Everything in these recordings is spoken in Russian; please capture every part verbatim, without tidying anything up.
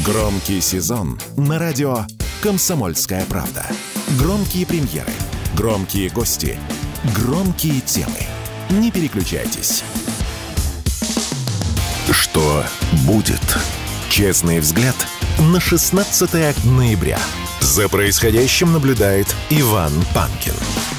Громкий сезон на радио «Комсомольская правда». Громкие премьеры, громкие гости, громкие темы. Не переключайтесь. Что будет? Честный взгляд на шестнадцатое ноября. За происходящим наблюдает Иван Панкин.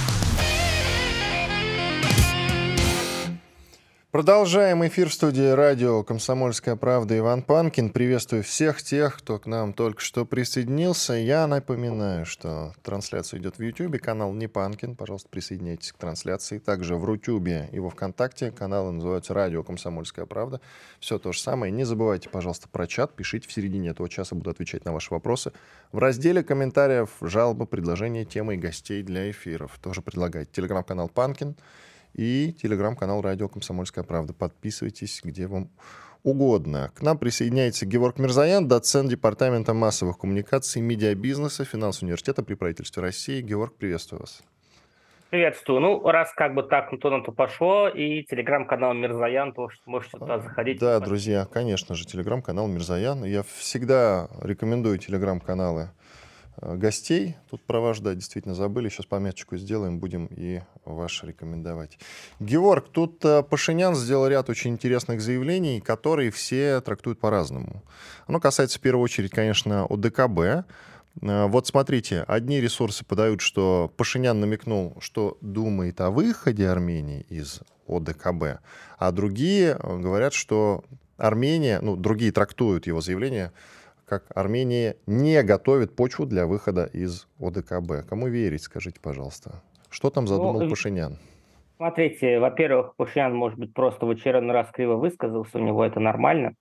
Продолжаем эфир в студии радио «Комсомольская правда». Иван Панкин. Приветствую всех тех, кто к нам только что присоединился. Я напоминаю, что трансляция идет в Ютьюбе, канал «Не Панкин». Пожалуйста, присоединяйтесь к трансляции. Также в Рутюбе и во Вконтакте. Каналы называются «Радио Комсомольская правда». Все то же самое. Не забывайте, пожалуйста, про чат. Пишите в середине этого часа, буду отвечать на ваши вопросы. В разделе комментариев, жалобы, предложения, темы и гостей для эфиров. Тоже предлагайте. Телеграм-канал «Панкин» и телеграм-канал «Радио Комсомольская правда». Подписывайтесь, где вам угодно. К нам присоединяется Геворг Мирзоян, доцент Департамента массовых коммуникаций, медиабизнеса, финансового университета при правительстве России. Геворг, приветствую вас. Приветствую. Ну, раз как бы так то на то пошло, и телеграм-канал Мирзоян, то можете туда заходить. Да, друзья, конечно же, телеграм-канал Мирзоян. Я всегда рекомендую телеграм-каналы гостей. Тут про ваш, да, действительно забыли. Сейчас пометочку сделаем, будем и ваши рекомендовать. Геворг, тут Пашинян сделал ряд очень интересных заявлений, которые все трактуют по-разному. Оно касается в первую очередь, конечно, о дэ ка бэ. Вот смотрите, одни ресурсы подают, что Пашинян намекнул, что думает о выходе Армении из о дэ ка бэ, а другие говорят, что Армения, ну, другие трактуют его заявление как Армения не готовит почву для выхода из о дэ ка бэ. Кому верить, скажите, пожалуйста. Что там задумал ну, Пашинян? Смотрите, во-первых, Пашинян, может быть, просто в очередной раз криво высказался, у него это нормально.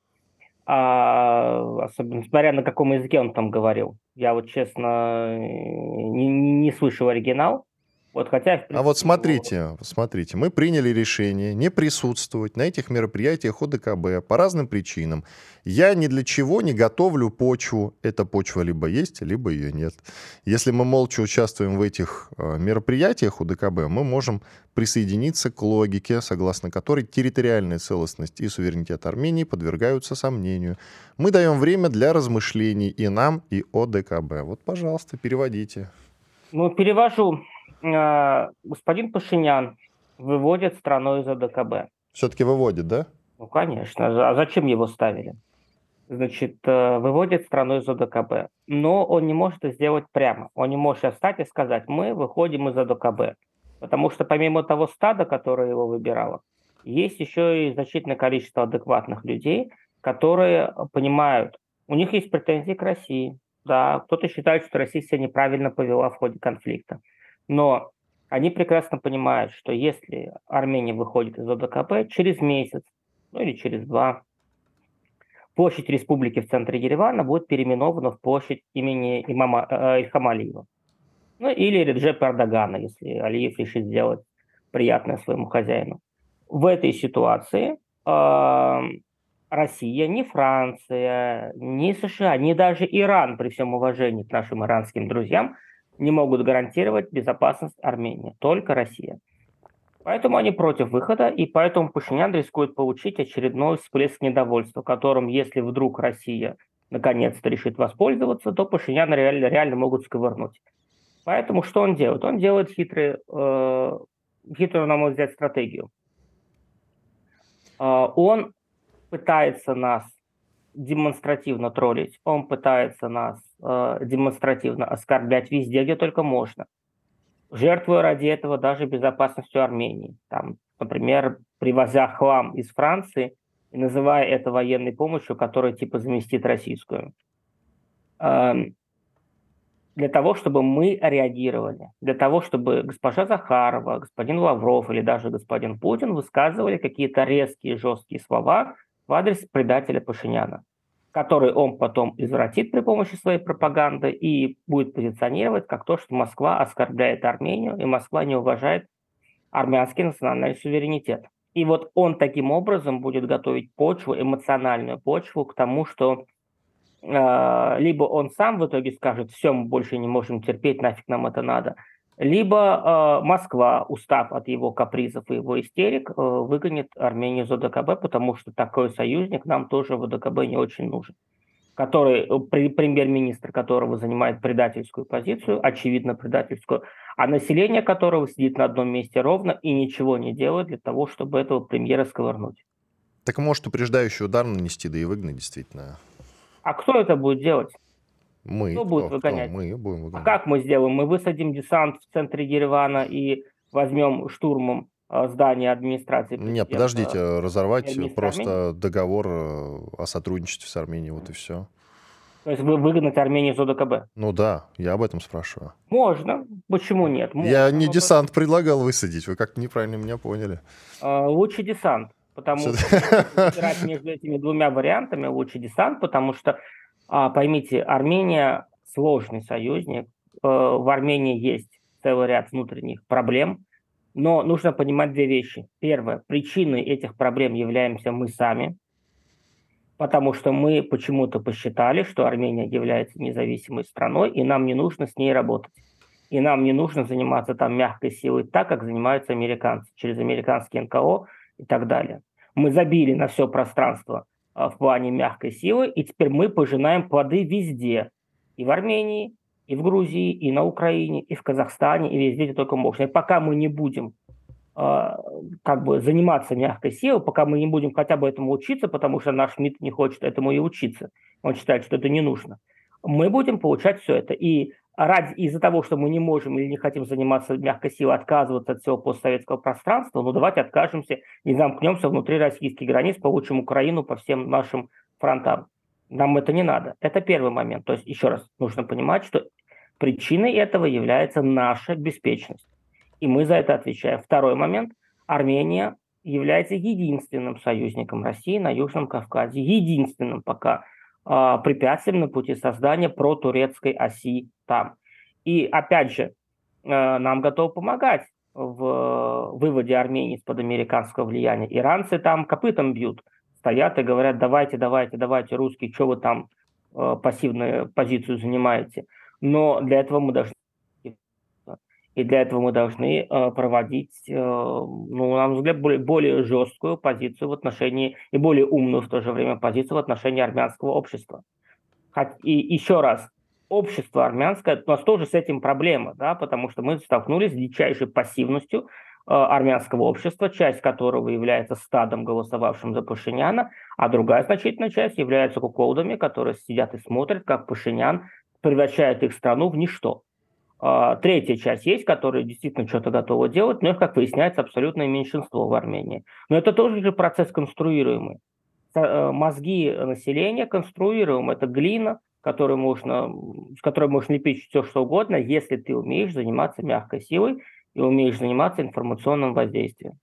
А, особенно, смотря на каком языке он там говорил. Я вот, честно, не, не слышал оригинал. Вот, хотя, принципе, а вот смотрите, его... смотрите, мы приняли решение не присутствовать на этих мероприятиях о дэ ка бэ по разным причинам. Я ни для чего не готовлю почву. Эта почва либо есть, либо ее нет. Если мы молча участвуем в этих э, мероприятиях о дэ ка бэ, мы можем присоединиться к логике, согласно которой территориальная целостность и суверенитет Армении подвергаются сомнению. Мы даем время для размышлений и нам, и о дэ ка бэ. Вот, пожалуйста, переводите. Ну, перевожу. Господин Пашинян выводит страну из о дэ ка бэ. Все-таки выводит, да? Ну, конечно. А зачем его ставили? Значит, выводит страну из о дэ ка бэ. Но он не может это сделать прямо. Он не может встать и сказать, мы выходим из о дэ ка бэ. Потому что помимо того стада, которое его выбирало, есть еще и значительное количество адекватных людей, которые понимают, у них есть претензии к России. Да, кто-то считает, что Россия себя неправильно повела в ходе конфликта. Но они прекрасно понимают, что если Армения выходит из о дэ ка бэ, через месяц, ну или через два, площадь республики в центре Еревана будет переименована в площадь имени имама э, Ильхама Алиева. Ну или Реджепа Эрдогана, если Алиев решит сделать приятное своему хозяину. В этой ситуации э, Россия, ни Франция, ни США, ни даже Иран, при всем уважении к нашим иранским друзьям, не могут гарантировать безопасность Армении, только Россия. Поэтому они против выхода, и поэтому Пашинян рискует получить очередной всплеск недовольства, которым, если вдруг Россия наконец-то решит воспользоваться, то Пашиняна реально, реально могут сковырнуть. Поэтому что он делает? Он делает хитрый, э, хитрую, на мой взгляд, стратегию. Э, он пытается нас демонстративно троллить, он пытается нас э, демонстративно оскорблять везде, где только можно, жертвуя ради этого даже безопасностью Армении. Там, например, привозя хлам из Франции и называя это военной помощью, которая типа заместит российскую. Э, для того, чтобы мы реагировали, для того, чтобы госпожа Захарова, господин Лавров или даже господин Путин высказывали какие-то резкие, жесткие слова в адрес предателя Пашиняна, который он потом извратит при помощи своей пропаганды и будет позиционировать как то, что Москва оскорбляет Армению, и Москва не уважает армянский национальный суверенитет. И вот он таким образом будет готовить почву, эмоциональную почву к тому, что э, либо он сам в итоге скажет, все, мы больше не можем терпеть, нафиг нам это надо, либо э, Москва, устав от его капризов и его истерик, э, выгонит Армению из о дэ ка бэ, потому что такой союзник нам тоже в о дэ ка бэ не очень нужен. В который, премьер-министр которого занимает предательскую позицию, очевидно предательскую, а население которого сидит на одном месте ровно и ничего не делает для того, чтобы этого премьера сковырнуть. Так может упреждающий удар нанести, да и выгнать действительно. А кто это будет делать? Мы. Кто будет выгонять? Кто? Мы будем выгонять. А как мы сделаем? Мы высадим десант в центре Еревана и возьмем штурмом здание администрации. Нет, подождите, разорвать просто Армении? договор о сотрудничестве с Арменией, вот и все. То есть вы выгнать Армению из ОДКБ? Ну да, я об этом спрашиваю. Можно. Почему нет? Можно. Я не десант предлагал высадить, вы как-то неправильно меня поняли. Лучше десант, потому что выбирать между этими двумя вариантами лучше десант, потому что, поймите, Армения сложный союзник, в Армении есть целый ряд внутренних проблем, но нужно понимать две вещи. Первое, причиной этих проблем являемся мы сами, потому что мы почему-то посчитали, что Армения является независимой страной, и нам не нужно с ней работать. И нам не нужно заниматься там мягкой силой так, как занимаются американцы, через американские эн ка о и так далее. Мы забили на все пространство в плане мягкой силы, и теперь мы пожинаем плоды везде. И в Армении, и в Грузии, и на Украине, и в Казахстане, и везде, где только можно. И пока мы не будем э, как бы заниматься мягкой силой, пока мы не будем хотя бы этому учиться, потому что наш МИД не хочет этому и учиться, он считает, что это не нужно, мы будем получать все это. И ради, из-за того, что мы не можем или не хотим заниматься мягкой силой, отказываться от всего постсоветского пространства, ну давайте откажемся и замкнемся внутри российских границ, получим Украину по всем нашим фронтам. Нам это не надо. Это первый момент. То есть, еще раз, нужно понимать, что причиной этого является наша беспечность. И мы за это отвечаем. Второй момент. Армения является единственным союзником России на Южном Кавказе. Единственным пока э, препятствием на пути создания протурецкой оси там. И опять же, э, нам готовы помогать в выводе Армении из-под американского влияния. Иранцы там копытом бьют. Стоят и говорят, давайте, давайте, давайте, русские, что вы там э, пассивную позицию занимаете. Но для этого мы должны, и для этого мы должны э, проводить, э, ну, на мой взгляд, более, более жесткую позицию в отношении, и более умную в то же время позицию в отношении армянского общества. И еще раз, общество армянское, у нас тоже с этим проблема, да, потому что мы столкнулись с дичайшей пассивностью армянского общества, часть которого является стадом, голосовавшим за Пашиняна, а другая значительная часть является куколдами, которые сидят и смотрят, как Пашинян превращает их страну в ничто. Третья часть есть, которая действительно что-то готова делать, но их, как выясняется, абсолютное меньшинство в Армении. Но это тоже же процесс конструируемый. Мозги населения конструируемы. Это глина, которую можно, с которой можно лепить все, что угодно, если ты умеешь заниматься мягкой силой и умеешь заниматься информационным воздействием.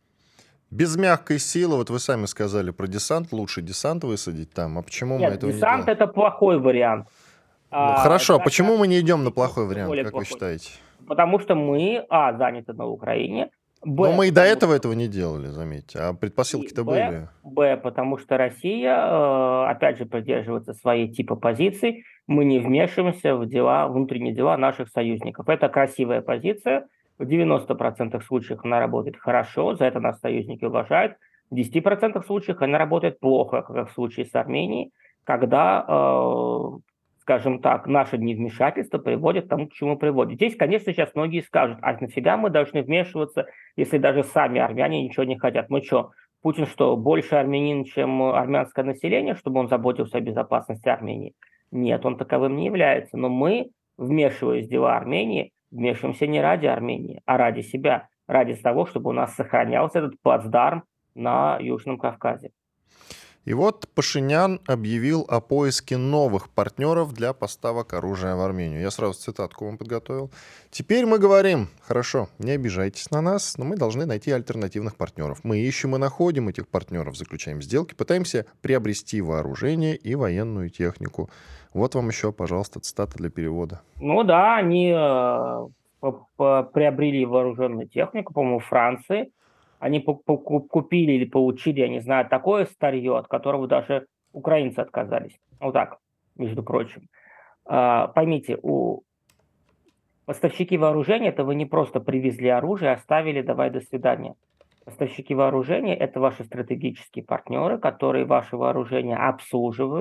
Без мягкой силы, вот вы сами сказали про десант, лучше десант высадить там, а почему Нет, мы этого десант не делаем? это плохой вариант. Ну, а, хорошо, это, почему это, мы не идем на плохой вариант, как плохой. вы считаете? Потому что мы, а, заняты на Украине, б, но мы и до этого что... этого не делали, заметьте, а предпосылки-то б, были. Б, потому что Россия, опять же, придерживается своей типа позиций, мы не вмешиваемся в дела, внутренние дела наших союзников. Это красивая позиция. В девяноста процентах случаев она работает хорошо, за это нас союзники уважают. В десяти процентах случаев она работает плохо, как в случае с Арменией, когда, э, скажем так, наше невмешательство приводит к тому, к чему приводит. Здесь, конечно, сейчас многие скажут, а нафига мы должны вмешиваться, если даже сами армяне ничего не хотят? Мы что, Путин что, больше армянин, чем армянское население, чтобы он заботился о безопасности Армении? Нет, он таковым не является. Но мы, вмешиваясь в дела Армении, вмешиваемся не ради Армении, а ради себя, ради того, чтобы у нас сохранялся этот плацдарм на Южном Кавказе. И вот Пашинян объявил о поиске новых партнеров для поставок оружия в Армению. Я сразу цитатку вам подготовил. Теперь мы говорим, хорошо, не обижайтесь на нас, но мы должны найти альтернативных партнеров. Мы ищем и находим этих партнеров, заключаем сделки, пытаемся приобрести вооружение и военную технику. Вот вам еще, пожалуйста, цитата для перевода. Ну да, они э, приобрели вооруженную технику, по-моему, в Франции. Они купили или получили, я не знаю, такое старье, от которого даже украинцы отказались. Вот так, между прочим. Поймите, у поставщики вооружения, это вы не просто привезли оружие, оставили, давай, до свидания. Поставщики вооружения – это ваши стратегические партнеры, которые ваше вооружение обслуживают,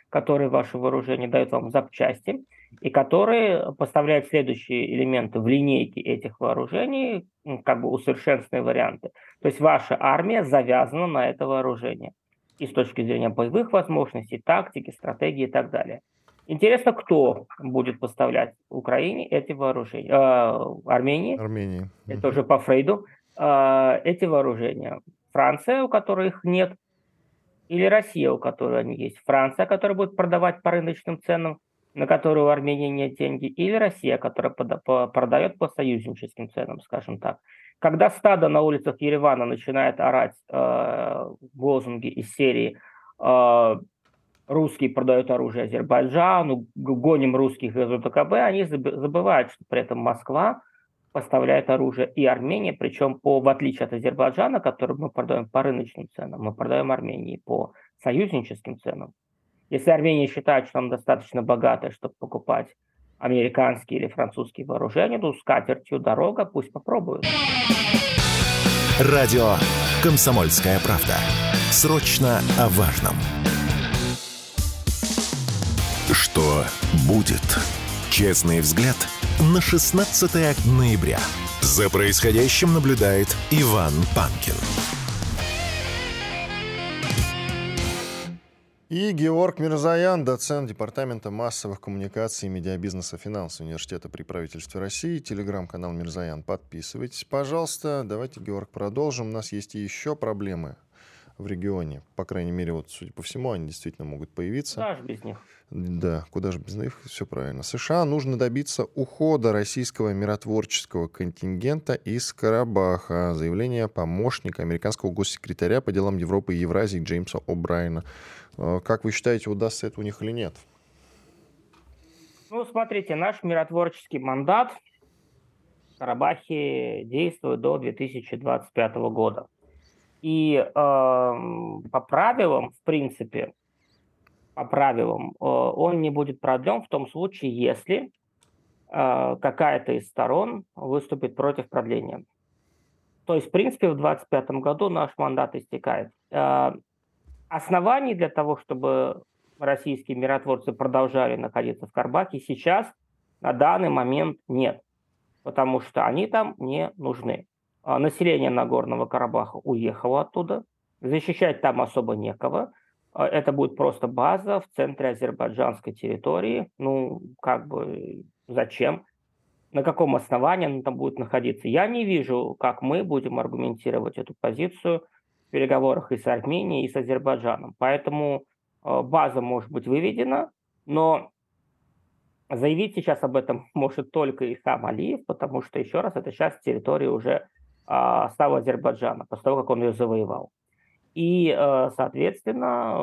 который ваше вооружение дает вам запчасти, и который поставляет следующие элементы в линейке этих вооружений, как бы усовершенствованные варианты. То есть ваша армия завязана на это вооружение. И с точки зрения боевых возможностей, тактики, стратегии и так далее. Интересно, кто будет поставлять Украине эти вооружения? Э, Армении. Армении. Это уже по Фрейду. Э, эти вооружения. Франция, у которой их нет, или Россия, у которой они есть. Франция, которая будет продавать по рыночным ценам, на которую у Армении нет деньги, или Россия, которая пода- по- продает по союзническим ценам, скажем так. Когда стадо на улицах Еревана начинает орать э, лозунги из серии э, «Русские продают оружие Азербайджану», «Гоним русских из ОДКБ», они забывают, что при этом Москва поставляет оружие и Армения, причем по, в отличие от Азербайджана, который мы продаем по рыночным ценам, мы продаем Армении по союзническим ценам. Если Армения считает, что она достаточно богатая, чтобы покупать американские или французские вооружения, то с катертью дорога, пусть попробуют. Радио «Комсомольская правда». Срочно о важном. Что будет? Честный взгляд на шестнадцатое ноября. За происходящим наблюдает Иван Панкин. И Георг Мирзоян, доцент Департамента массовых коммуникаций и медиабизнеса финансового университета при правительстве России. Телеграм-канал Мирзоян. Подписывайтесь, пожалуйста. Давайте, Георг, продолжим. У нас есть и еще проблемы в регионе. По крайней мере, вот, судя по всему, они действительно могут появиться. Куда же без них? Да, куда же без них, все правильно. США нужно добиться ухода российского миротворческого контингента из Карабаха. Заявление помощника американского госсекретаря по делам Европы и Евразии Джеймса О'Брайена. Как вы считаете, удастся это у них или нет? Ну, смотрите, наш миротворческий мандат в Карабахе действует до две тысячи двадцать пятого года. И э, по правилам, в принципе, по правилам, э, он не будет продлен в том случае, если э, какая-то из сторон выступит против продления. То есть, в принципе, в двадцать пятом году наш мандат истекает. Э, оснований для того, чтобы российские миротворцы продолжали находиться в Карабахе, сейчас на данный момент нет, потому что они там не нужны. Население Нагорного Карабаха уехало оттуда, защищать там особо некого. Это будет просто база в центре азербайджанской территории. Ну, как бы, зачем? На каком основании она там будет находиться? Я не вижу, как мы будем аргументировать эту позицию в переговорах и с Арменией, и с Азербайджаном. Поэтому база может быть выведена, но заявить сейчас об этом может только и сам Алиев, потому что, еще раз, это сейчас территория уже стала Азербайджана, после того, как он ее завоевал. И, соответственно,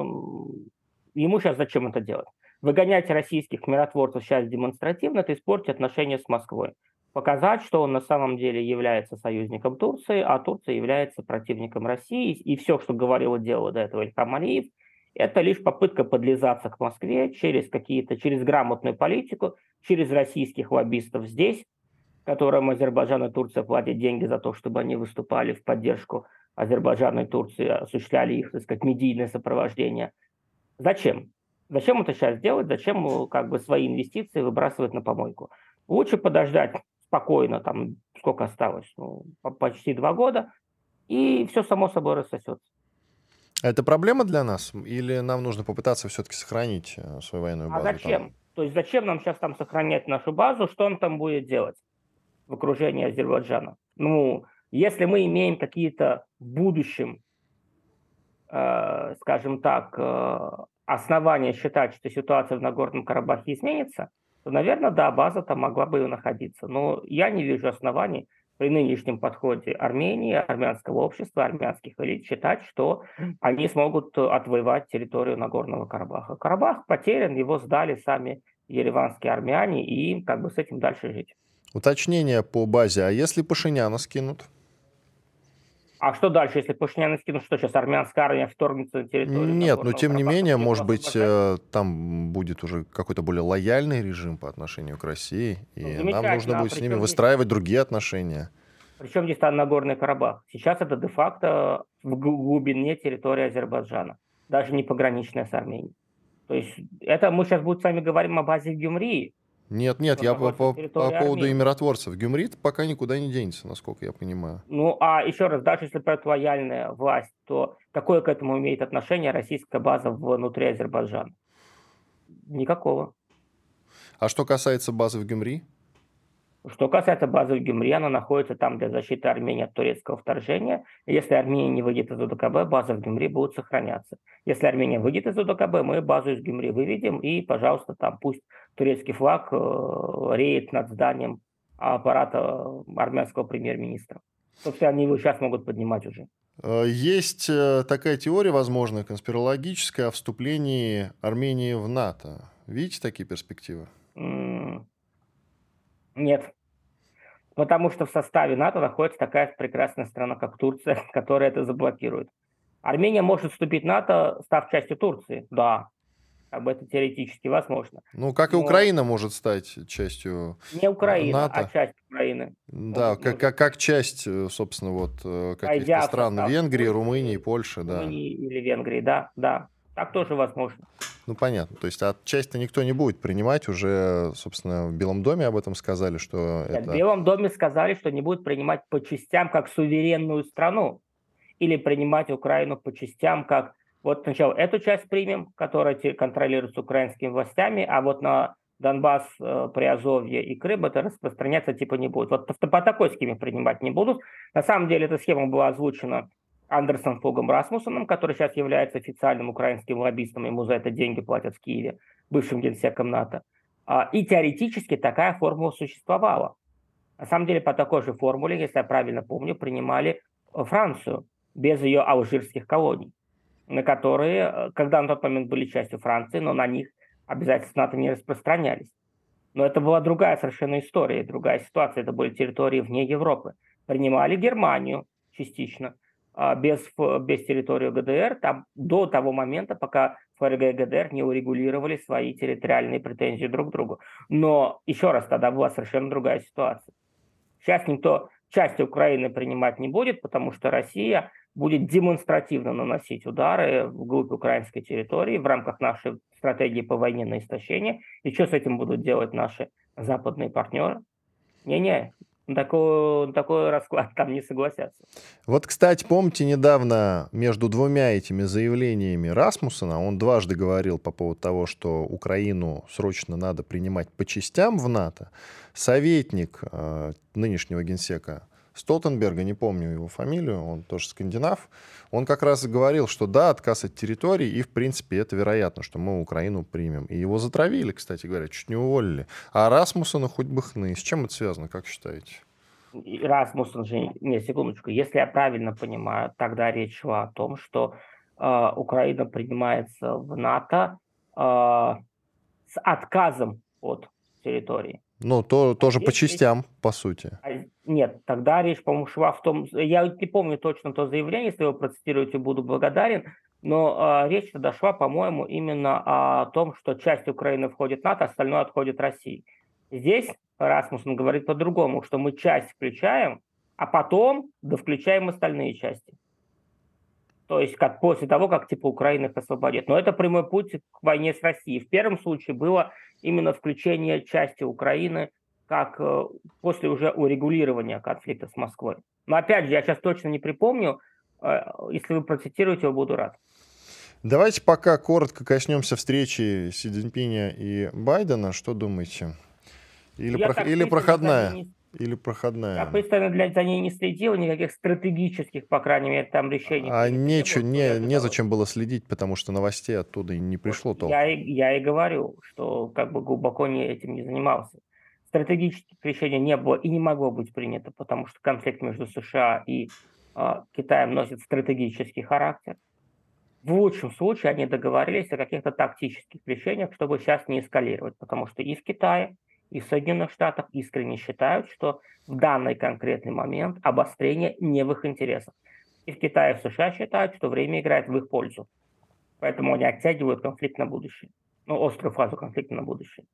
ему сейчас зачем это делать? Выгонять российских миротворцев сейчас демонстративно, это испортить отношения с Москвой. Показать, что он на самом деле является союзником Турции, а Турция является противником России. И все, что говорил и делал до этого Ильхам Алиев, это лишь попытка подлизаться к Москве через какие-то, через грамотную политику, через российских лоббистов здесь, которым Азербайджан и Турция платят деньги за то, чтобы они выступали в поддержку Азербайджана и Турции, осуществляли их, так сказать, медийное сопровождение. Зачем? Зачем это сейчас делать? Зачем как бы свои инвестиции выбрасывать на помойку? Лучше подождать спокойно, там сколько осталось, ну, почти два года, и все само собой рассосется. Это проблема для нас? Или нам нужно попытаться все-таки сохранить свою военную базу? А зачем? Там? То есть зачем нам сейчас там сохранять нашу базу? Что он там будет делать в окружении Азербайджана? Ну, если мы имеем какие-то в будущем, э, скажем так, э, основания считать, что ситуация в Нагорном Карабахе изменится, то, наверное, да, база там могла бы и находиться. Но я не вижу оснований при нынешнем подходе Армении, армянского общества, армянских элит считать, что они смогут отвоевать территорию Нагорного Карабаха. Карабах потерян, его сдали сами ереванские армяне, и им как бы с этим дальше жить. Уточнение по базе. А если Пашиняна скинут? А что дальше, если Пашиняна скинут? Что сейчас армянская армия вторгнется на территорию? Нет, но тем не менее, может быть, там будет уже какой-то более лояльный режим по отношению к России, и ну, нам нужно будет а с ними выстраивать другие отношения. Причем здесь там Нагорный Карабах? Сейчас это де-факто в глубине территории Азербайджана, даже не пограничная с Арменией. То есть это мы сейчас будем с вами говорим о базе в Гюмри, Нет, нет, что я по, находится на по, по территории поводу и Армении. миротворцев. Гюмрит пока никуда не денется, насколько я понимаю. Ну, а еще раз, даже если это лояльная власть, то какое к этому имеет отношение российская база внутри Азербайджана? Никакого. А что касается базы в Гюмри? Что касается базы в Гюмри, она находится там для защиты Армении от турецкого вторжения. Если Армения не выйдет из ОДКБ, база в Гюмри будет сохраняться. Если Армения выйдет из ОДКБ, мы базу из Гюмри выведем, и, пожалуйста, там пусть турецкий флаг э, реет над зданием аппарата армянского премьер-министра. Собственно, они его сейчас могут поднимать уже. Э, Есть э, такая теория, возможно, конспирологическая, о вступлении Армении в НАТО. Видите такие перспективы? М, Нет. Потому что в составе НАТО находится такая прекрасная страна, как Турция, которая это заблокирует. Армения может вступить в НАТО, став частью Турции. Да, как бы это теоретически возможно. Ну, как и Но Украина может стать частью не э, Украина, а НАТО. часть Украины Да, может, как, может как, как часть, э, собственно, вот э, каких-то войдя в стран состав Венгрии, Польши, Румынии, Польши, да. Румынии или Венгрии. Да, да, так тоже возможно. Ну, понятно. То есть, а часть-то никто не будет принимать. Уже, собственно, в Белом доме об этом сказали, что Нет, в это... Белом доме сказали, что не будут принимать по частям как суверенную страну. Или принимать Украину по частям, как вот сначала эту часть примем, которая те- контролируется украинскими властями, а вот на Донбасс, э, Приазовье и Крым это распространяться типа не будет. Вот по, по такой схеме принимать не будут. На самом деле эта схема была озвучена Андерсом Фогом Расмуссеном, который сейчас является официальным украинским лоббистом, ему за это деньги платят в Киеве, бывшим генсеком НАТО. А, И теоретически такая формула существовала. На самом деле по такой же формуле, если я правильно помню, принимали э, Францию без ее алжирских колоний, на которые, э, когда на тот момент были частью Франции, но на них обязательства НАТО не распространялись. Но это была другая совершенно история, другая ситуация. Это были территории вне Европы. Принимали Германию частично, а, без, ф- без территории ГДР, там, до того момента, пока ФРГ и ГДР не урегулировали свои территориальные претензии друг к другу. Но, еще раз, тогда была совершенно другая ситуация. Сейчас никто часть Украины принимать не будет, потому что Россия будет демонстративно наносить удары вглубь украинской территории в рамках нашей стратегии по войне на истощение. И что с этим будут делать наши западные партнеры? Не-не, такой, такой расклад там не согласятся. Вот, кстати, помните, недавно между двумя этими заявлениями Расмуссена он дважды говорил по поводу того, что Украину срочно надо принимать по частям в НАТО. Советник э, нынешнего генсека Столтенберга, не помню его фамилию, он тоже скандинав, он как раз и говорил, что да, отказ от территории, и в принципе это вероятно, что мы Украину примем. И его затравили, кстати говоря, чуть не уволили. А Расмуссену хоть бы хны. С чем это связано, как считаете? И Расмуссен же, не, секундочку, если я правильно понимаю, тогда речь шла о том, что э, Украина принимается в НАТО э, с отказом от территории. Ну, то, А тоже по здесь речь частям, по сути. А, Нет, тогда речь, по-моему, шла в том, я не помню точно то заявление, если вы процитируете, буду благодарен, но а, речь тогда шла, по-моему, именно о том, что часть Украины входит в НАТО, остальное отходит России. Здесь Расмуссен говорит по-другому, что мы часть включаем, а потом довключаем остальные части. То есть как после того, как типа Украина их освободит. Но это прямой путь к войне с Россией. В первом случае было именно включение части Украины как э, после уже урегулирования конфликта с Москвой. Но опять же, я сейчас точно не припомню. Э, Если вы процитируете, я буду рад. Давайте пока коротко коснемся встречи Си Цзиньпиня и Байдена. Что думаете? Или, Я прох- так или пристально за проходная? ней не- Или я проходная? пристально для, за ней не следил, никаких стратегических, по крайней мере, там решений А принято не нечего, было, что и не, ожидалось. незачем было следить, потому что новостей оттуда и не Вот пришло я толком. и, я и говорю, что как бы глубоко не, этим не занимался. Стратегических решений не было и не могло быть принято, потому что конфликт между США и а, Китаем носит стратегический характер. В лучшем случае они договорились о каких-то тактических решениях, чтобы сейчас не эскалировать, потому что и в Китае, и в Соединенных Штатах искренне считают, что в данный конкретный момент обострение не в их интересах. И в Китае, и в США считают, что время играет в их пользу. Поэтому они оттягивают конфликт на будущее. Ну, острую фазу конфликта на будущее.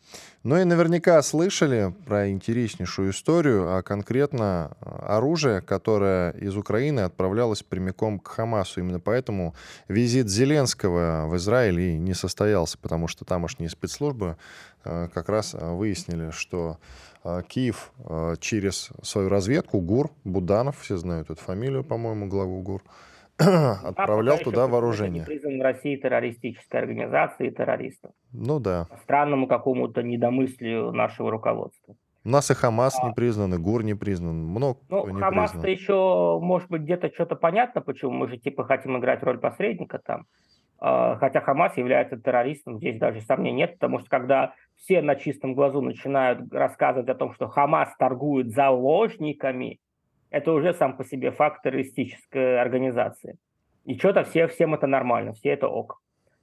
Ну и наверняка слышали про интереснейшую историю, а конкретно оружие, которое из Украины отправлялось прямиком к Хамасу. Именно поэтому визит Зеленского в Израиль и не состоялся, потому что тамошние спецслужбы э, как раз выяснили, что э, Киев э, через свою разведку, ГУР, Буданов, все знают эту фамилию, по-моему, главу ГУР, отправлял А туда пока еще вооружение. не признан в России террористической организацией террористов. Ну да. По странному какому-то недомыслию нашего руководства. У нас и Хамас не А, признан, и ГУР не признан. Много ну, кто не Хамас-то признан. еще, может быть, где-то что-то понятно, почему мы же типа хотим играть роль посредника там. А, Хотя Хамас является террористом, здесь даже сомнений нет, потому что когда все на чистом глазу начинают рассказывать о том, что Хамас торгует заложниками, это уже сам по себе факт террористической организации. И что-то все, всем это нормально, все это ок.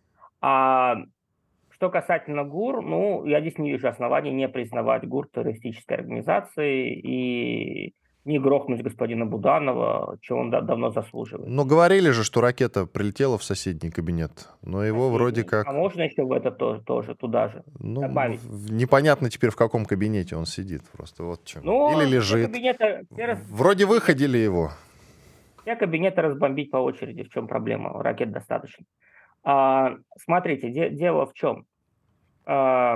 А что касательно ГУР, ну, я здесь не вижу оснований не признавать ГУР террористической организацией и не грохнуть господина Буданова, чего он да- давно заслуживает. Но говорили же, что ракета прилетела в соседний кабинет, но его вроде Последний. А как... можно еще в это тоже, тоже туда же Ну, добавить? в- непонятно теперь, в каком кабинете он сидит, просто вот в чем. Ну, Или все лежит. кабинеты, все, раз- Вроде выходили его. все кабинеты разбомбить по очереди. В чем проблема? Ракет достаточно. А, смотрите, де- дело в чем? А,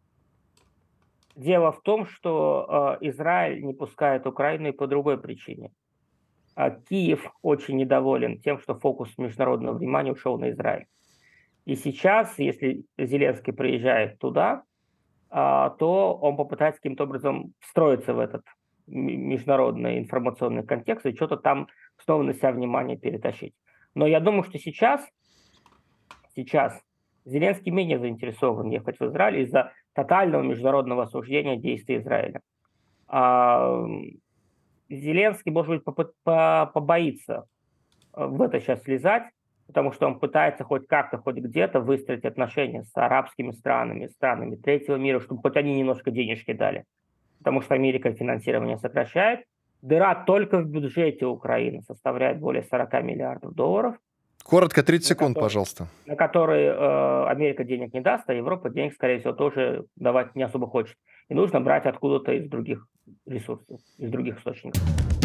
дело в том, что а, Израиль не пускает Украину и по другой причине. А Киев очень недоволен тем, что фокус международного внимания ушел на Израиль. И сейчас, если Зеленский приезжает туда, а, то он попытается каким-то образом встроиться в этот м- международный информационный контекст и что-то там снова на себя внимание перетащить. Но я думаю, что сейчас, сейчас Зеленский менее заинтересован ехать в Израиль из-за тотального международного осуждения действий Израиля. А, м, Зеленский, может быть, попы- по- побоится э, в это сейчас слезать, потому что он пытается хоть как-то, хоть где-то выстроить отношения с арабскими странами, странами третьего мира, чтобы хоть они немножко денежки дали. Потому что Америка финансирование сокращает. Дыра только в бюджете Украины составляет более сорок миллиардов долларов, Коротко, тридцать на секунд, которые, пожалуйста. на которые э, Америка денег не даст, а Европа денег, скорее всего, тоже давать не особо хочет. И нужно брать откуда-то из других ресурсов, из других источников.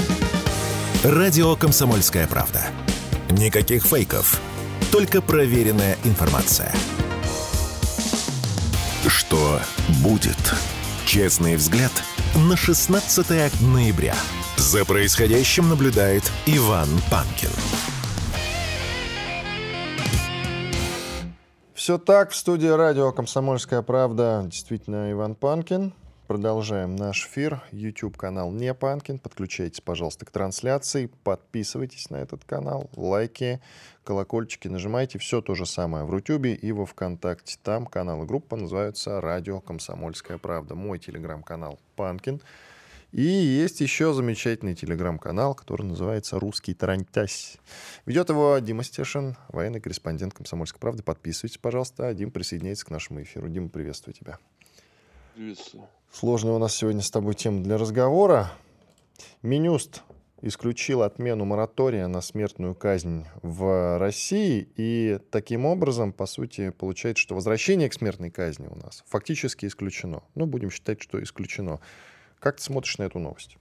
Радио «Комсомольская правда». Никаких фейков, только проверенная информация. Что будет? Честный взгляд на шестнадцатое ноября. За происходящим наблюдает Иван Панкин. Все так, в студии радио «Комсомольская правда». Действительно, Иван Панкин. Продолжаем наш эфир. YouTube-канал «Не Панкин». Подключайтесь, пожалуйста, к трансляции. Подписывайтесь на этот канал. Лайки, колокольчики нажимайте. Все то же самое в Рутюбе и во ВКонтакте. Там канал и группа называются «Радио Комсомольская правда». Мой телеграм-канал «Панкин». И есть еще замечательный телеграм-канал, который называется «Русский Тарантясь». Ведет его Дима Стешин, военный корреспондент «Комсомольской правды». Подписывайтесь, пожалуйста. А Дим присоединяется к нашему эфиру. Дима, приветствую тебя. Приветствую. Сложная у нас сегодня с тобой тема для разговора. Минюст исключил отмену моратория на смертную казнь в России. И таким образом, по сути, получается, что возвращение к смертной казни у нас фактически исключено. Ну, будем считать, что исключено. Как ты смотришь на эту новость?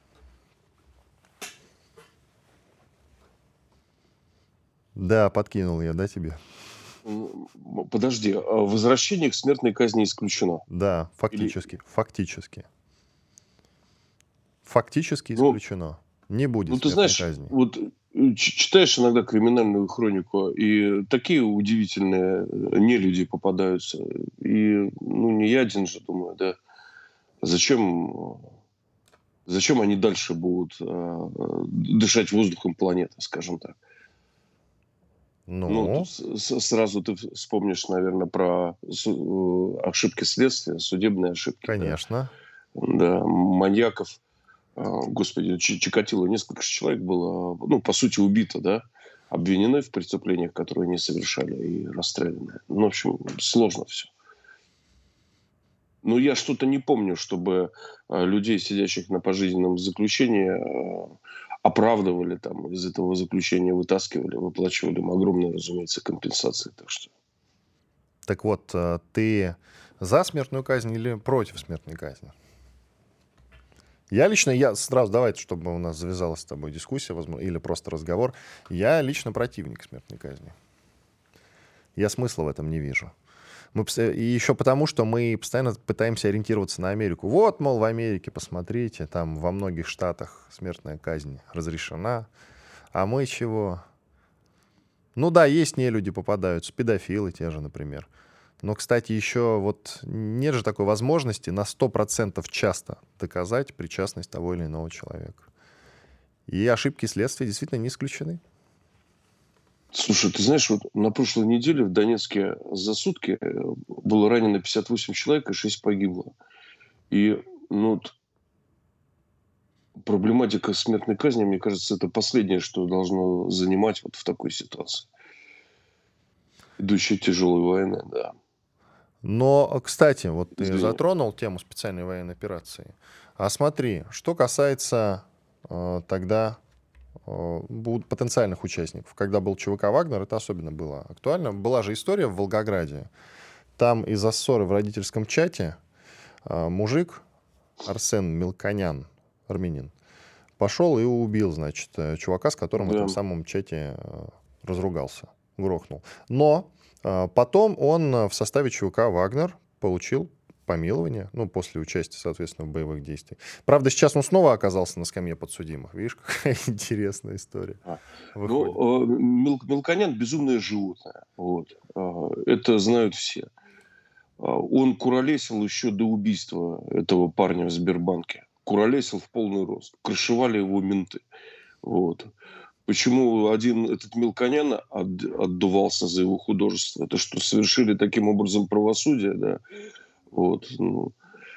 Да, подкинул я, да, тебе? М, Подожди, а возвращение к смертной казни исключено? Да, фактически. Фактически. Фактически Ну, исключено. Не будет ну ты смертной знаешь, казни. вот э, ч- читаешь иногда криминальную хронику, и такие удивительные э, нелюди попадаются. И, ну, не я один же думаю, да. Зачем, э, зачем они дальше будут э, э, дышать воздухом планеты, скажем так? Ну, Ну, тут с- с- сразу ты вспомнишь, наверное, про су- э, ошибки следствия, судебные ошибки, да. конечно. Да, маньяков, а, господи, Ч- Чикатило, несколько человек было, ну, по сути, убито, да, обвинены в преступлениях, которые они совершали, и расстреляны. Ну, в общем, сложно все. Но я что-то не помню, чтобы а, людей, сидящих на пожизненном заключении, а, оправдывали там, из этого заключения вытаскивали, выплачивали им огромные, разумеется, компенсации. Так что Так вот, э, ты за смертную казнь или против смертной казни? Я лично, я сразу, давайте, чтобы у нас завязалась с тобой дискуссия, возможно, или просто разговор. Я лично противник смертной казни. Я смысла в этом не вижу. Мы, постоя- и еще потому, что мы постоянно пытаемся ориентироваться на Америку. Вот, мол, в Америке, посмотрите, там во многих штатах смертная казнь разрешена. А мы чего? Ну да, есть нелюди попадаются, педофилы те же, например. Но, кстати, еще вот нет же такой возможности на сто процентов часто доказать причастность того или иного человека. И ошибки следствия действительно не исключены. Слушай, ты знаешь, вот на прошлой неделе в Донецке за сутки э, было ранено пятьдесят восемь человек, и шесть погибло. И ну, вот проблематика смертной казни, мне кажется, это последнее, что должно занимать вот в такой ситуации. Идущей тяжелой войны, да. Но, кстати, вот ты Извини. затронул тему специальной военной операции. А смотри, что касается э, тогда э, будут потенциальных участников. Когда был ЧВК «Вагнер», это особенно было актуально. Была же история в Волгограде. Там из-за ссоры в родительском чате э, мужик Арсен Мелконян, армянин, пошел и убил, значит, э, чувака, с которым в Да. этом самом чате э, разругался, грохнул. Но э, потом он э, в составе ЧВК «Вагнер» получил помилование, ну, после участия, соответственно, в боевых действиях. Правда, сейчас он снова оказался на скамье подсудимых. Видишь, какая интересная история А, выходит. Ну, э, Мел- Мелконян безумное животное. Вот. А, Это знают все. А, Он куролесил еще до убийства этого парня в Сбербанке. Куролесил в полный рост. Крышевали его менты. Вот. Почему один этот Мелконян от- отдувался за его художество? Это что, совершили таким образом правосудие, да? Вот. Ну,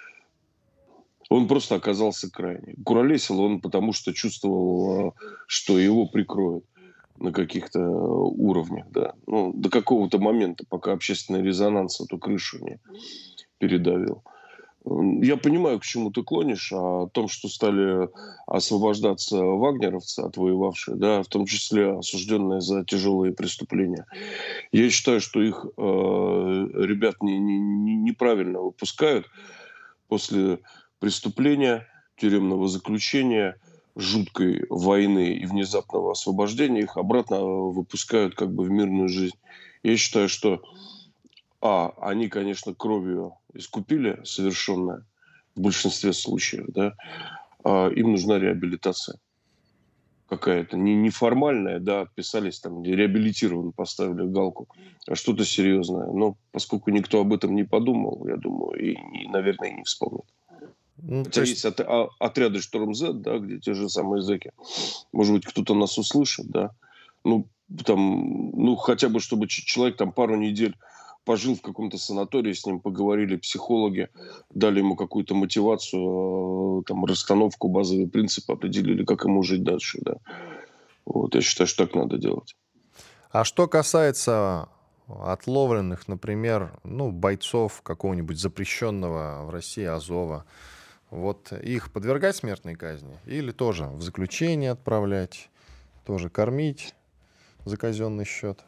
он просто оказался крайне. Куролесил он потому, что чувствовал, а, что его прикроют на каких-то уровнях, да. Ну, до какого-то момента, пока общественный резонанс эту крышу не передавил. М, Я понимаю, к чему ты клонишь, а о том, что стали освобождаться вагнеровцы, отвоевавшие, да, в том числе осужденные за тяжелые преступления. Я считаю, что их э, ребят не- не- не- неправильно выпускают после преступления, тюремного заключения, жуткой войны и внезапного освобождения, их обратно выпускают как бы в мирную жизнь. Я считаю, что а, они, конечно, кровью искупили совершенное в большинстве случаев, да, а им нужна реабилитация какая-то, не неформальная, да, отписались там, где реабилитирован, поставили галку, а что-то серьезное. Но поскольку никто об этом не подумал, я думаю, и, и, наверное, и не вспомнит. Ну, то Хотя есть, есть от- а- отряды Шторм Z, да, где те же самые зэки. Может быть, кто-то нас услышит, да. Ну, там, ну, хотя бы, чтобы ч- человек там пару недель пожил в каком-то санатории, с ним поговорили психологи, дали ему какую-то мотивацию, э, там, расстановку, базовые принципы определили, как ему жить дальше, да. Вот, я считаю, что так надо делать. а что касается отловленных, например, ну, бойцов какого-нибудь запрещенного в России Азова, вот их подвергать смертной казни или тоже в заключение отправлять, тоже кормить за казенный счет?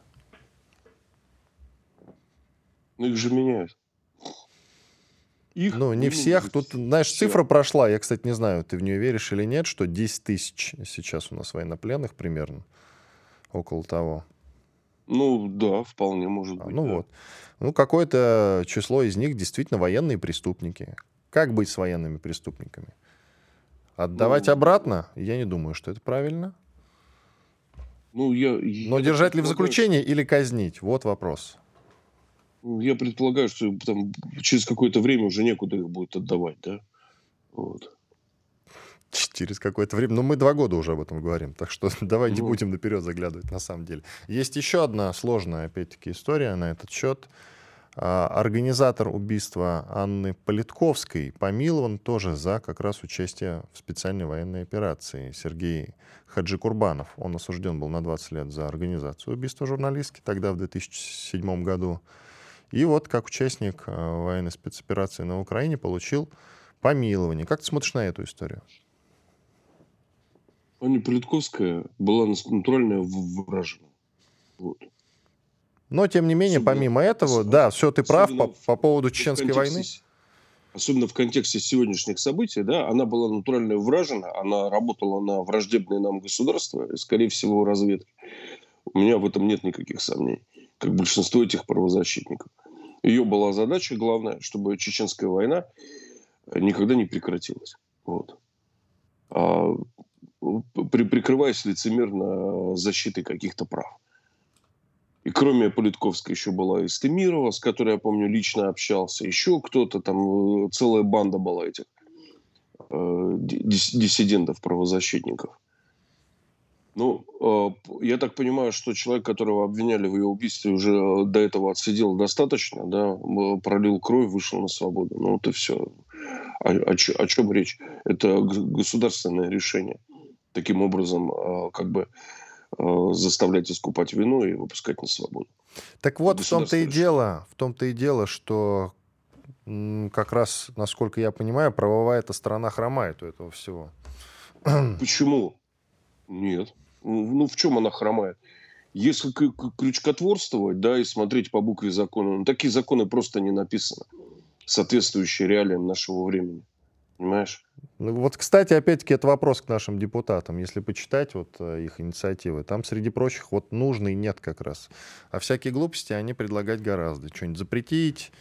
Ну, их же меняют. Их Ну, не всех. меняют Тут, знаешь, все. цифра прошла. Я, кстати, не знаю, ты в нее веришь или нет, что десять тысяч сейчас у нас военнопленных примерно. Около того. Ну, да, вполне может А, быть, ну да. вот. Ну, какое-то число из них действительно военные преступники. Как быть с военными преступниками? Отдавать Ну, обратно? Я не думаю, что это правильно. ну, я, Но я так держать ли в предполагаю, заключении или казнить? Вот вопрос. Ну, Я предполагаю, что там через какое-то время уже некуда их будет отдавать, да? Вот. Через какое-то время. Ну, мы два года уже об этом говорим, так что давай не Ну, будем наперед заглядывать на самом деле. Есть еще одна сложная, опять-таки, история на этот счет. А, Организатор убийства Анны Политковской помилован тоже за как раз участие в специальной военной операции. Сергей Хаджикурбанов. Он осужден был на двадцать лет за организацию убийства журналистки тогда, в две тысячи седьмом году. И вот как участник а, военной спецоперации на Украине получил помилование. Как ты смотришь на эту историю? Аня Политковская была нас- натуральная в- вражина. Вот. Но, тем не менее, Особенно, помимо этого, ос- да, все, ты прав по, особенно в, по поводу в Чеченской войны. контексте, особенно в контексте сегодняшних событий, да, она была натурально вражена, она работала на враждебное нам государство, и, скорее всего, разведки. У меня в этом нет никаких сомнений, как большинство этих правозащитников. Ее была задача главная, чтобы Чеченская война никогда не прекратилась. Вот. А, при, прикрываясь лицемерно защитой каких-то прав. И кроме Политковской еще была Истемирова, с которой, я помню, лично общался. Еще кто-то, там целая банда была этих э, диссидентов, правозащитников. Ну, э, я так понимаю, что человек, которого обвиняли в ее убийстве, уже до этого отсидел достаточно, да, пролил кровь, вышел на свободу. Ну, вот и все. О, о, о чем речь? Это государственное решение. Таким образом, э, как бы заставлять искупать вину и выпускать на свободу. Так вот, в том-то и дело, в том-то и дело, что м, как раз, насколько я понимаю, правовая эта сторона хромает у этого всего. Почему? Нет. Ну, в чем она хромает? Если к- к- крючкотворствовать, да, и смотреть по букве закона, ну, такие законы просто не написаны, соответствующие реалиям нашего времени. Понимаешь? Ну, вот, кстати, опять-таки, это вопрос к нашим депутатам. Если почитать вот э, их инициативы, там, среди прочих, вот нужно и нет как раз. А всякие глупости они предлагать гораздо. Что-нибудь запретить.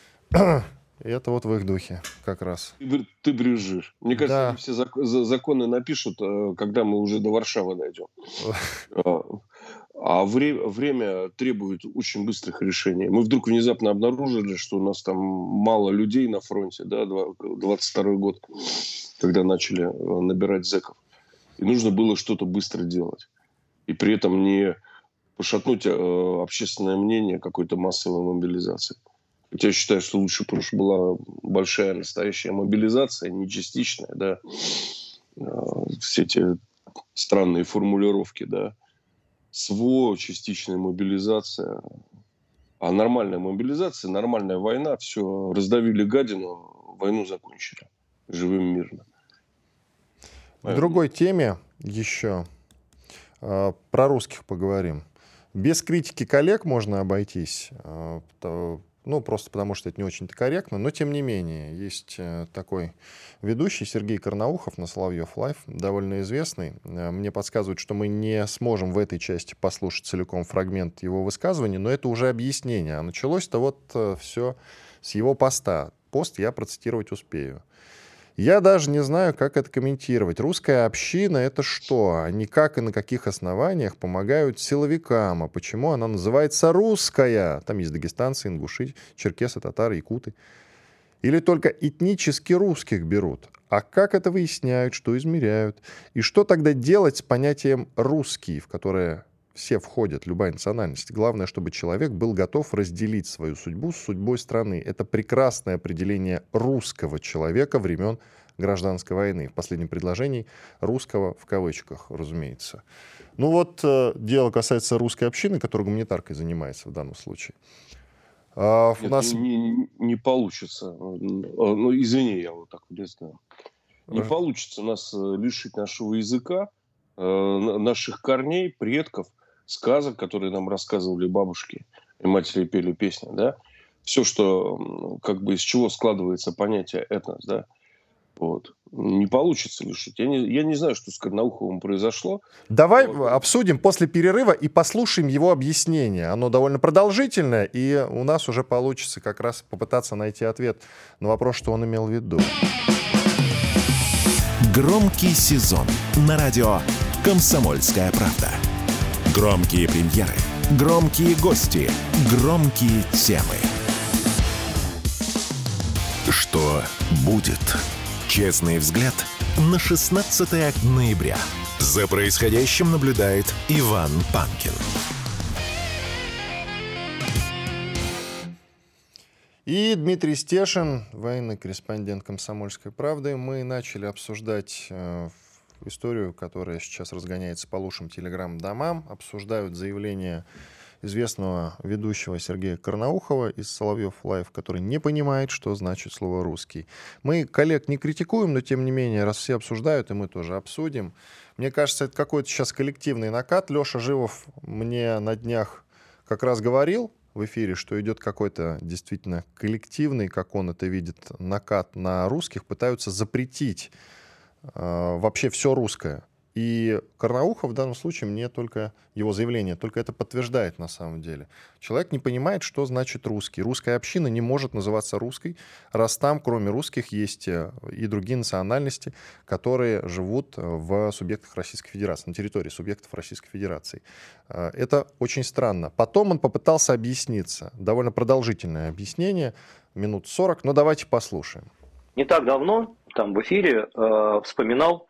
И это вот в их духе как раз. Ты, бр- ты брюзжишь. Мне кажется, Да. они все зак- за- законы напишут, э, когда мы уже до Варшавы дойдем. А а вре- время требует очень быстрых решений. Мы вдруг внезапно обнаружили, что у нас там мало людей на фронте, да, двадцать второй год, когда начали э, набирать зэков. И нужно было что-то быстро делать. И при этом не пошатнуть э, общественное мнение какой-то массовой мобилизации. Хотя я считаю, что лучше бы уж была большая настоящая мобилизация, не частичная, да. Э, все эти странные формулировки, да. СВО, частичная мобилизация. А нормальная мобилизация, нормальная война, все, раздавили гадину, войну закончили. Живым мирно. В другой теме еще э, про русских поговорим. Без критики коллег можно обойтись. Э, то, ну, просто потому что это не очень-то корректно. Но, тем не менее, есть э, такой ведущий Сергей Карнаухов на Соловьев Лайв, довольно известный. Э, мне подсказывают, что мы не сможем в этой части послушать целиком фрагмент его высказывания, но это уже объяснение. А началось-то вот э, все с его поста. Пост я процитировать успею. Я даже не знаю, как это комментировать. Русская община — это что? Они как и на каких основаниях помогают силовикам? А почему она называется русская? Там есть дагестанцы, ингуши, черкесы, татары, якуты. Или только этнически русских берут? А как это выясняют, что измеряют? И что тогда делать с понятием «русский», в которое все входят, любая национальность? Главное, чтобы человек был готов разделить свою судьбу с судьбой страны. Это прекрасное определение русского человека времен гражданской войны. В последнем предложении русского в кавычках, разумеется. Ну вот э, дело касается русской общины, которая гуманитаркой занимается в данном случае. А, Нет, у нас... не, не, не получится. Ну, извини, я вот так не знаю. Не получится нас лишить нашего языка, наших корней, предков, сказок, которые нам рассказывали бабушки и матери пели песни, да. Все, что, как бы, из чего складывается понятие этнос, да. Вот. Не получится лишить. Я не, я не знаю, что с Карнауховым произошло. Давай но... обсудим после перерыва и послушаем его объяснение. Оно довольно продолжительное, и у нас уже получится как раз попытаться найти ответ на вопрос, что он имел в виду. Громкий сезон на радио «Комсомольская правда». Громкие премьеры, громкие гости, громкие темы. Что будет? Честный взгляд на шестнадцатое ноября. За происходящим наблюдает Иван Панкин. И Дмитрий Стешин, военный корреспондент «Комсомольской правды». Мы начали обсуждать э, историю, которая сейчас разгоняется по лучшим телеграм-домам. Обсуждают заявление известного ведущего Сергея Карнаухова из Соловьев Лайв, который не понимает, что значит слово «русский». Мы коллег не критикуем, но тем не менее, раз все обсуждают, и мы тоже обсудим. Мне кажется, это какой-то сейчас коллективный накат. Леша Живов мне на днях как раз говорил в эфире, что идет какой-то действительно коллективный, как он это видит, накат на русских, пытаются запретить э, вообще все русское. И Карнаухов в данном случае мне только его заявление, только это подтверждает на самом деле. Человек не понимает, что значит русский. Русская община не может называться русской, раз там, кроме русских, есть и другие национальности, которые живут в субъектах Российской Федерации, на территории субъектов Российской Федерации. Это очень странно. Потом он попытался объясниться. Довольно продолжительное объяснение, минут сорок, но давайте послушаем. Не так давно там в эфире э, вспоминал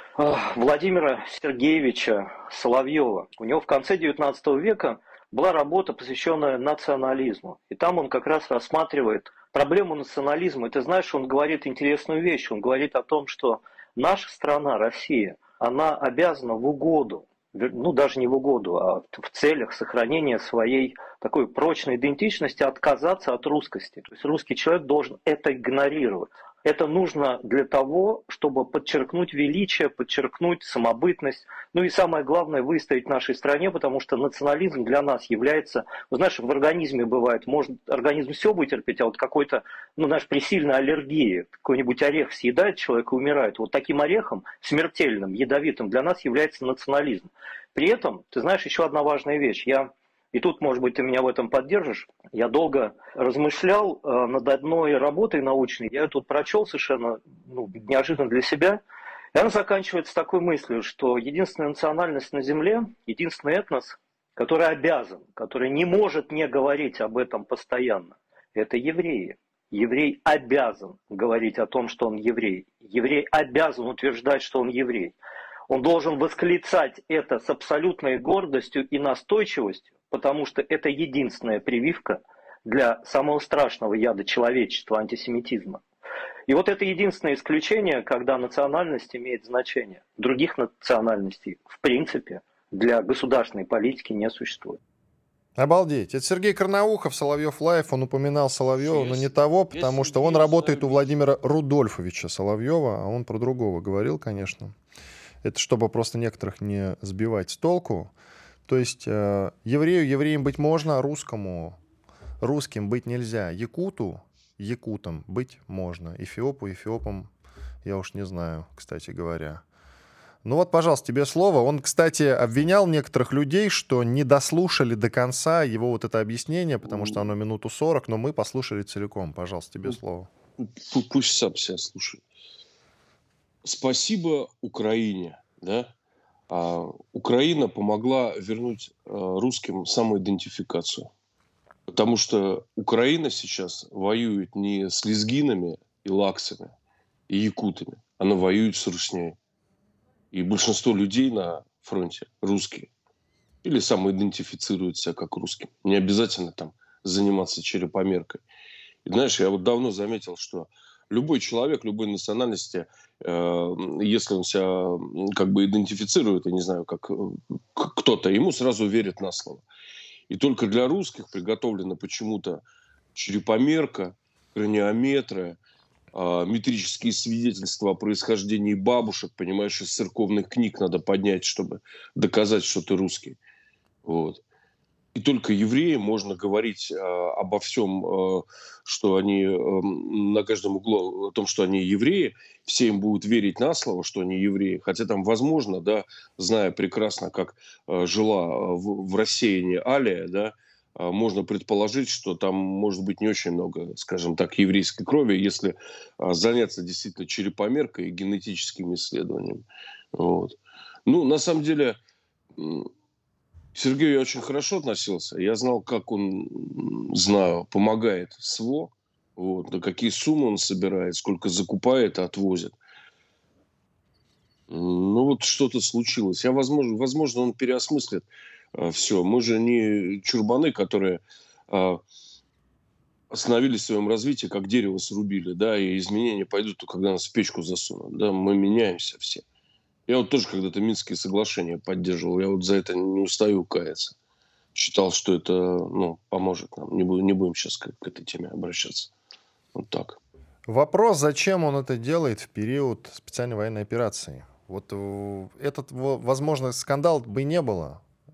Владимира Сергеевича Соловьева. У него в конце девятнадцатого века была работа, посвященная национализму. И там он как раз рассматривает проблему национализма. И ты знаешь, он говорит интересную вещь. Он говорит о том, что наша страна, Россия, она обязана в угоду, ну даже не в угоду, а в целях сохранения своей такой прочной идентичности отказаться от русскости. То есть русский человек должен это игнорировать. Это нужно для того, чтобы подчеркнуть величие, подчеркнуть самобытность. Ну и самое главное, выстоять в нашей стране, потому что национализм для нас является... Ну, знаешь, в организме бывает, может организм все вытерпеть, а вот какой-то, ну, знаешь, при сильной аллергии, какой-нибудь орех съедает человек и умирает. Вот таким орехом, смертельным, ядовитым, для нас является национализм. При этом, ты знаешь, еще одна важная вещь. Я... И тут, может быть, ты меня в этом поддержишь. Я долго размышлял э, над одной работой научной. Я ее тут прочел совершенно ну, неожиданно для себя. И она заканчивается такой мыслью, что единственная национальность на Земле, единственный этнос, который обязан, который не может не говорить об этом постоянно, это евреи. Еврей обязан говорить о том, что он еврей. Еврей обязан утверждать, что он еврей. Он должен восклицать это с абсолютной гордостью и настойчивостью, потому что это единственная прививка для самого страшного яда человечества, антисемитизма. И вот это единственное исключение, когда национальность имеет значение. Других национальностей, в принципе, для государственной политики не существует. Обалдеть. Это Сергей Карнаухов, Соловьев Лайф. Он упоминал Соловьева, но не того, потому что он работает у Владимира Рудольфовича Соловьева, а он про другого говорил, конечно. Это чтобы просто некоторых не сбивать с толку. То есть э, еврею евреем быть можно, а русскому русским быть нельзя. Якуту якутом быть можно. Эфиопу эфиопом я уж не знаю, кстати говоря. Ну вот, пожалуйста, тебе слово. Он, кстати, обвинял некоторых людей, что не дослушали до конца его вот это объяснение, потому что оно минуту сорок, но мы послушали целиком. Пожалуйста, тебе слово. Пусть сам себя слушает. Спасибо Украине, да? А Украина помогла вернуть а, русским самоидентификацию. Потому что Украина сейчас воюет не с лезгинами и лаксами, и якутами. Она воюет с русней. И большинство людей на фронте русские. Или самоидентифицируют себя как русским. Не обязательно там заниматься черепомеркой. И знаешь, я вот давно заметил, что любой человек, любой национальности, э, если он себя как бы идентифицирует, я не знаю, как кто-то, ему сразу верят на слово. И только для русских приготовлена почему-то черепомерка, краниометры, э, метрические свидетельства о происхождении бабушек, понимаешь, из церковных книг надо поднять, чтобы доказать, что ты русский. Вот. И только евреям можно говорить э, обо всем, э, что они э, на каждом углу, о том, что они евреи. Все им будут верить на слово, что они евреи. Хотя там, возможно, да, зная прекрасно, как э, жила в, в рассеянии Алия, да, э, можно предположить, что там может быть не очень много, скажем так, еврейской крови, если э, заняться действительно черепомеркой и генетическими исследованиями. Вот. Ну, на самом деле... К Сергею я очень хорошо относился. Я знал, как он, знаю, помогает СВО, вот, на какие суммы он собирает, сколько закупает и отвозит. Ну вот что-то случилось. Я, возможно, возможно, он переосмыслит э, все. Мы же не чурбаны, которые э, остановились в своем развитии, как дерево срубили, да, и изменения пойдут, когда нас в печку засунут. Да, мы меняемся все. Я вот тоже когда-то Минские соглашения поддерживал. Я вот за это не устаю каяться. Считал, что это ну, поможет нам. Не будем, не будем сейчас к, к этой теме обращаться. Вот так. Вопрос, зачем он это делает в период специальной военной операции? Вот этот, возможно, скандал бы не было.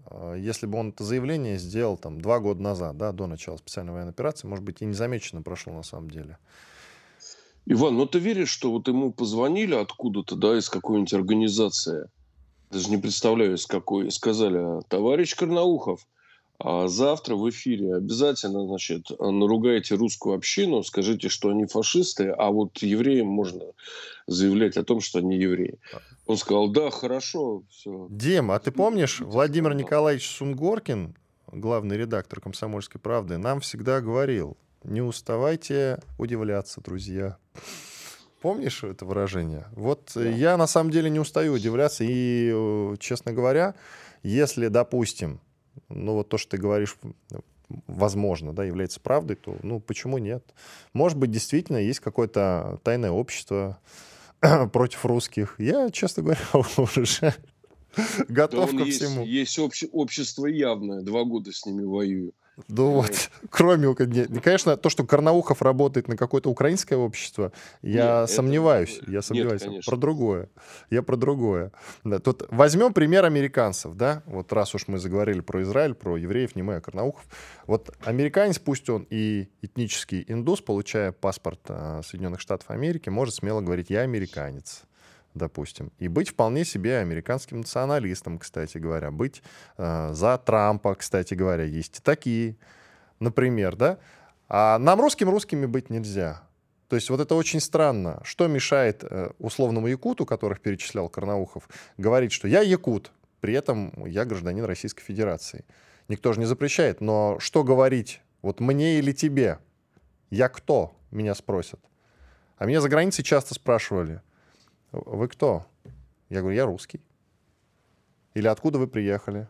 если бы он это заявление сделал там два года назад, да, до начала специальной военной операции, может быть, и незамеченно прошло на самом деле. Иван, ну ты веришь, что вот ему позвонили откуда-то, да, из какой-нибудь организации, даже не представляю, из какой, и сказали: товарищ Карнаухов, а завтра в эфире обязательно, значит, наругайте русскую общину, скажите, что они фашисты, а вот евреям можно заявлять о том, что они евреи. Он сказал: да, хорошо, все. Дим, а ты помнишь, Владимир Николаевич Сунгоркин, главный редактор «Комсомольской правды», нам всегда говорил: не уставайте удивляться, друзья. Помнишь это выражение? Вот да. Я на самом деле не устаю удивляться. И, честно говоря, если, допустим, ну вот то, что ты говоришь, возможно, да, является правдой, то ну почему нет? Может быть, действительно есть какое-то тайное общество против русских. Я, честно говоря, уже готов да ко всему. Есть, есть обще, общество явное, два года с ними воюю. Ну вот, кроме, конечно, то, что Карнаухов работает на какое-то украинское общество, я нет, сомневаюсь, это... я сомневаюсь. Нет, про другое. Я про другое. Да, тут возьмем пример американцев, да, вот раз уж мы заговорили про Израиль, про евреев, не мы, а Карнаухов. Вот американец, пусть он и этнический индус, получая паспорт а, Соединенных Штатов Америки, может смело говорить: я американец. Допустим, и быть вполне себе американским националистом, кстати говоря, быть э, за Трампа, кстати говоря, есть и такие, например, да, а нам русским русскими быть нельзя. То есть вот это очень странно. Что мешает э, условному якуту, которых перечислял Карнаухов, говорить, что я якут, при этом я гражданин Российской Федерации. Никто же не запрещает, но что говорить, вот мне или тебе? Я кто? Меня спросят. А меня за границей часто спрашивали: вы кто? Я говорю: я русский. Или откуда вы приехали?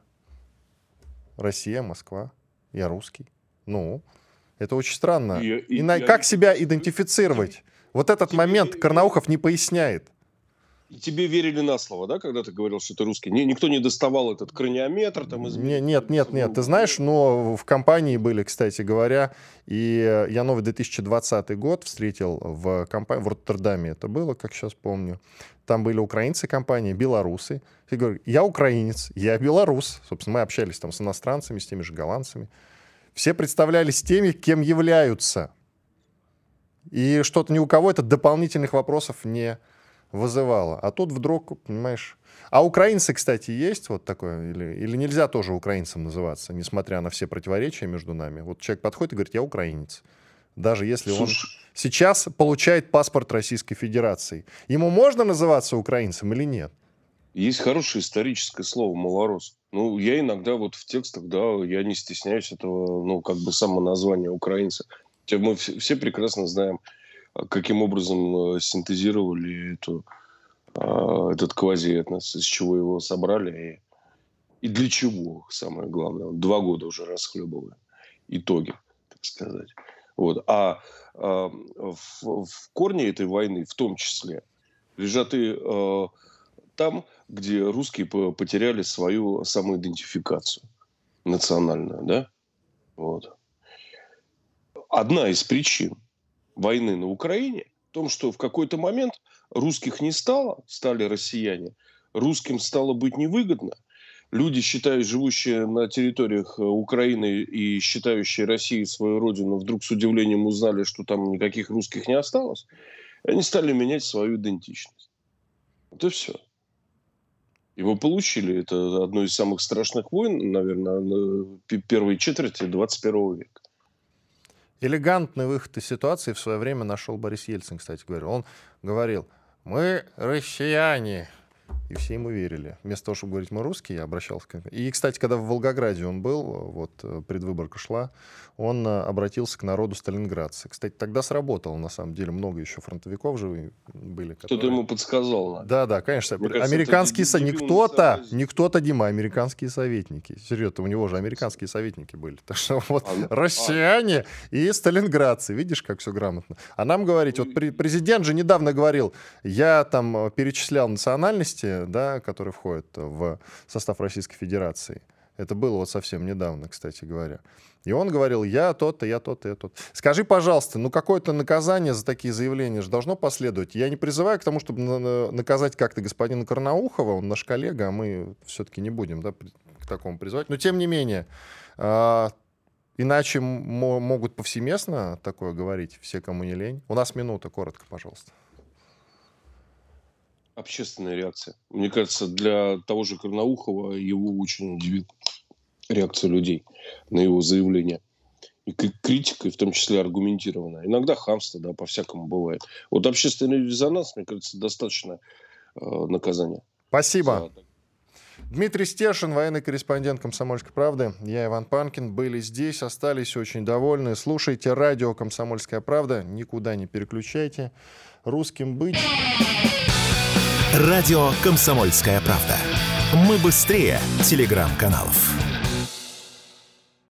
Россия, Москва. Я русский. Ну, это очень странно. И, и, и на, и как они... себя идентифицировать? Тебе, вот этот тебе... момент Карнаухов не поясняет. И тебе верили на слово, да, когда ты говорил, что ты русский? Никто не доставал этот краниометр там из... Нет, нет, нет, нет. Ты знаешь, но в компании были, кстати говоря, и я новый две тысячи двадцатый год встретил в компании, в Роттердаме это было, как сейчас помню. Там были украинцы компании, белорусы. Я говорю: я украинец, я белорус. Собственно, мы общались там с иностранцами, с теми же голландцами. Все представлялись теми, кем являются. И что-то ни у кого это дополнительных вопросов не вызывало. А тут вдруг, понимаешь... А украинцы, кстати, есть вот такое? Или, или нельзя тоже украинцем называться, несмотря на все противоречия между нами? Вот человек подходит и говорит: я украинец. Даже если Слушай. он сейчас получает паспорт Российской Федерации. Ему можно называться украинцем или нет? Есть хорошее историческое слово «малорос». Ну, я иногда вот в текстах, да, я не стесняюсь этого, ну, как бы самоназвания украинца. Хотя мы все, все прекрасно знаем, каким образом синтезировали эту, этот квазиэтнос, из чего его собрали и, и для чего, самое главное. Два года уже расхлебывали итоги, так сказать. Вот. А, а в, в корне этой войны, в том числе, лежат и а, там, где русские потеряли свою самоидентификацию национальную, да? Вот. Одна из причин войны на Украине в том, что в какой-то момент русских не стало, стали россияне, русским стало быть невыгодно. Люди, считая, живущие на территориях Украины и считающие Россией свою родину, вдруг с удивлением узнали, что там никаких русских не осталось, и они стали менять свою идентичность. Вот и все. И мы получили это одно из самых страшных войн, наверное, первой четверти двадцать первого века. Элегантный выход из ситуации в свое время нашел Борис Ельцин, кстати говоря. Он говорил: мы россияне. И все ему верили. Вместо того, чтобы говорить: мы русские, я обращался к... И, кстати, когда в Волгограде он был, вот предвыборка шла, он обратился к народу сталинградца. Кстати, тогда сработало, на самом деле. Много еще фронтовиков же были. Которые... Кто-то ему подсказал. Да, да, конечно. Мне американские кажется, не кто-то, не кто-то, Дима, американские советники. Серьезно, у него же американские советники были. Так что вот а, россияне а. и сталинградцы. Видишь, как все грамотно. А нам говорить, вот президент же недавно говорил: я там перечислял национальности, да, которые входят в состав Российской Федерации. Это было вот совсем недавно, кстати говоря. И он говорил: я тот-то, я тот-то, я тот. Скажи, пожалуйста, ну какое-то наказание за такие заявления же должно последовать. Я не призываю к тому, чтобы наказать как-то господина Карнаухова, он наш коллега, а мы все-таки не будем, да, такому призывать. Но тем не менее, э, иначе м- могут повсеместно такое говорить все, кому не лень. У нас минута, коротко, пожалуйста. Общественная реакция. Мне кажется, для того же Карнаухова его очень удивит реакция людей на его заявление. И критика, и в том числе аргументированная. Иногда хамство, да, по-всякому бывает. Вот общественный резонанс, мне кажется, достаточно э, наказания. Спасибо. За... Дмитрий Стешин, военный корреспондент «Комсомольской правды». Я Иван Панкин. Были здесь, остались очень довольны. Слушайте радио «Комсомольская правда». Никуда не переключайте. Русским быть. Радио «Комсомольская правда». Мы быстрее телеграм-каналов.